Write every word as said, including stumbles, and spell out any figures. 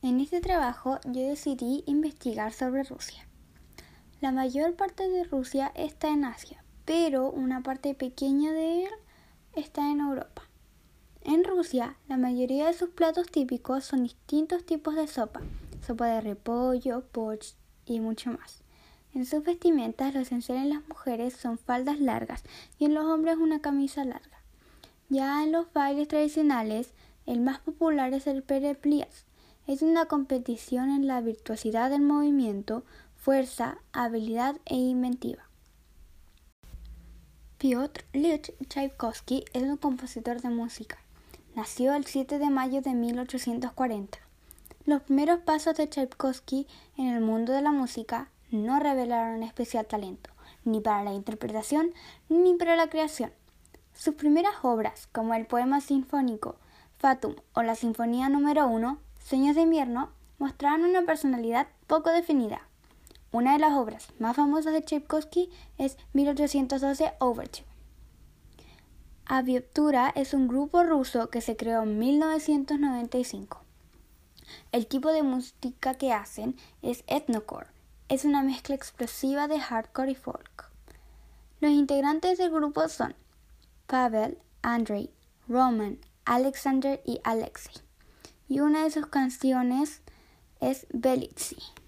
En este trabajo yo decidí investigar sobre Rusia. La mayor parte de Rusia está en Asia, pero una parte pequeña de él está en Europa. En Rusia, la mayoría de sus platos típicos son distintos tipos de sopa, sopa de repollo, borscht y mucho más. En sus vestimentas, lo esencial en las mujeres son faldas largas y en los hombres una camisa larga. Ya en los bailes tradicionales, el más popular es el pereplias. Es una competición en la virtuosidad del movimiento, fuerza, habilidad e inventiva. Piotr Ilich Chaikovsky es un compositor de música. Nació el siete de mayo de mil ochocientos cuarenta. Los primeros pasos de Chaikovsky en el mundo de la música no revelaron especial talento, ni para la interpretación ni para la creación. Sus primeras obras, como el poema sinfónico Fatum o la Sinfonía número uno, Sueños de invierno, mostraban una personalidad poco definida. Una de las obras más famosas de Chaikovsky es mil ochocientos doce Overture. Aviatura es un grupo ruso que se creó en mil novecientos noventa y cinco. El tipo de música que hacen es ethnocore. Es una mezcla explosiva de hardcore y folk. Los integrantes del grupo son Pavel, Andrei, Roman, Alexander y Alexei. Y una de sus canciones es Belitsy.